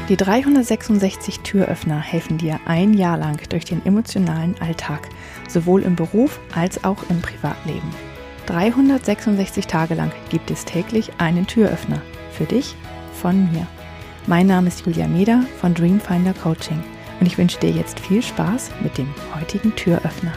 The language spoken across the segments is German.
Die 366 Türöffner helfen dir ein Jahr lang durch den emotionalen Alltag, sowohl im Beruf als auch im Privatleben. 366 Tage lang gibt es täglich einen Türöffner. Für dich, von mir. Mein Name ist Julia Meder von Dreamfinder Coaching und ich wünsche dir jetzt viel Spaß mit dem heutigen Türöffner.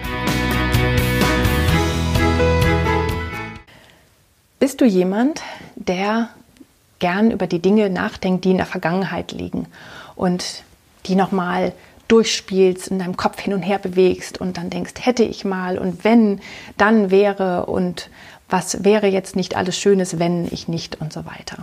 Bist du jemand, der gern über die Dinge nachdenkt, die in der Vergangenheit liegen und die nochmal durchspielst, in deinem Kopf hin und her bewegst und dann denkst, hätte ich mal und wenn, dann wäre und was wäre jetzt nicht alles Schönes, wenn ich nicht und so weiter.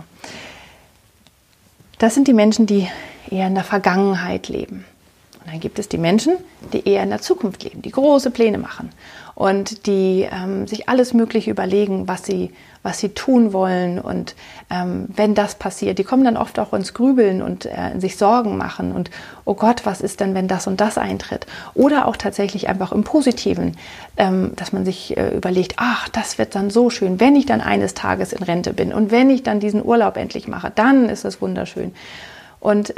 Das sind die Menschen, die eher in der Vergangenheit leben. Und dann gibt es die Menschen, die eher in der Zukunft leben, die große Pläne machen und die sich alles Mögliche überlegen, was sie tun wollen. Und wenn das passiert, die kommen dann oft auch ins Grübeln und sich Sorgen machen. Und oh Gott, was ist denn, wenn das und das eintritt? Oder auch tatsächlich einfach im Positiven, dass man sich überlegt, ach, das wird dann so schön, wenn ich dann eines Tages in Rente bin und wenn ich dann diesen Urlaub endlich mache, dann ist es wunderschön. Und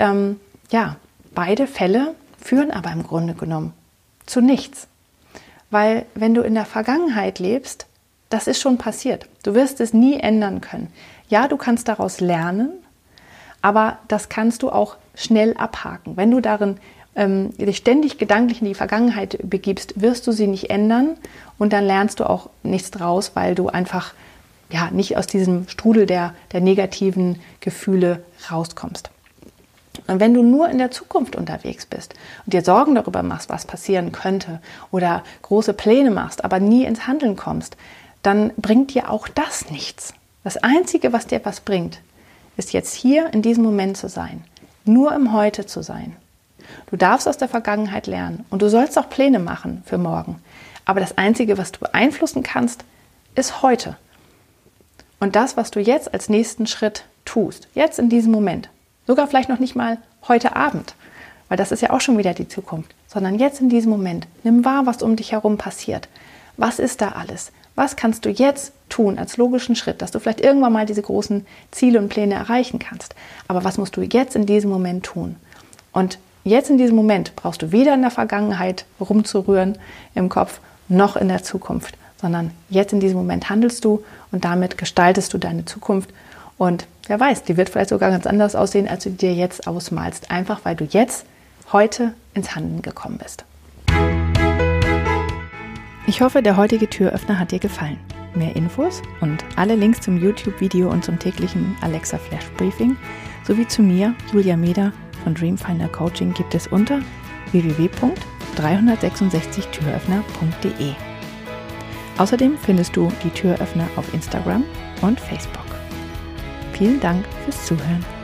beide Fälle führen aber im Grunde genommen zu nichts. Weil wenn du in der Vergangenheit lebst, das ist schon passiert. Du wirst es nie ändern können. Ja, du kannst daraus lernen, aber das kannst du auch schnell abhaken. Wenn du darin dich ständig gedanklich in die Vergangenheit begibst, wirst du sie nicht ändern und dann lernst du auch nichts draus, weil du einfach nicht aus diesem Strudel der negativen Gefühle rauskommst. Und wenn du nur in der Zukunft unterwegs bist und dir Sorgen darüber machst, was passieren könnte oder große Pläne machst, aber nie ins Handeln kommst, dann bringt dir auch das nichts. Das Einzige, was dir was bringt, ist jetzt hier in diesem Moment zu sein, nur im Heute zu sein. Du darfst aus der Vergangenheit lernen und du sollst auch Pläne machen für morgen. Aber das Einzige, was du beeinflussen kannst, ist heute. Und das, was du jetzt als nächsten Schritt tust, jetzt in diesem Moment, sogar vielleicht noch nicht mal heute Abend, weil das ist ja auch schon wieder die Zukunft, sondern jetzt in diesem Moment. Nimm wahr, was um dich herum passiert. Was ist da alles? Was kannst du jetzt tun als logischen Schritt, dass du vielleicht irgendwann mal diese großen Ziele und Pläne erreichen kannst? Aber was musst du jetzt in diesem Moment tun? Und jetzt in diesem Moment brauchst du weder in der Vergangenheit rumzurühren im Kopf, noch in der Zukunft, sondern jetzt in diesem Moment handelst du und damit gestaltest du deine Zukunft. Und wer weiß, die wird vielleicht sogar ganz anders aussehen, als du dir jetzt ausmalst. Einfach, weil du jetzt, heute ins Handeln gekommen bist. Ich hoffe, der heutige Türöffner hat dir gefallen. Mehr Infos und alle Links zum YouTube-Video und zum täglichen Alexa Flash Briefing sowie zu mir, Julia Meder von Dreamfinder Coaching, gibt es unter www.366türöffner.de. Außerdem findest du die Türöffner auf Instagram und Facebook. Vielen Dank fürs Zuhören.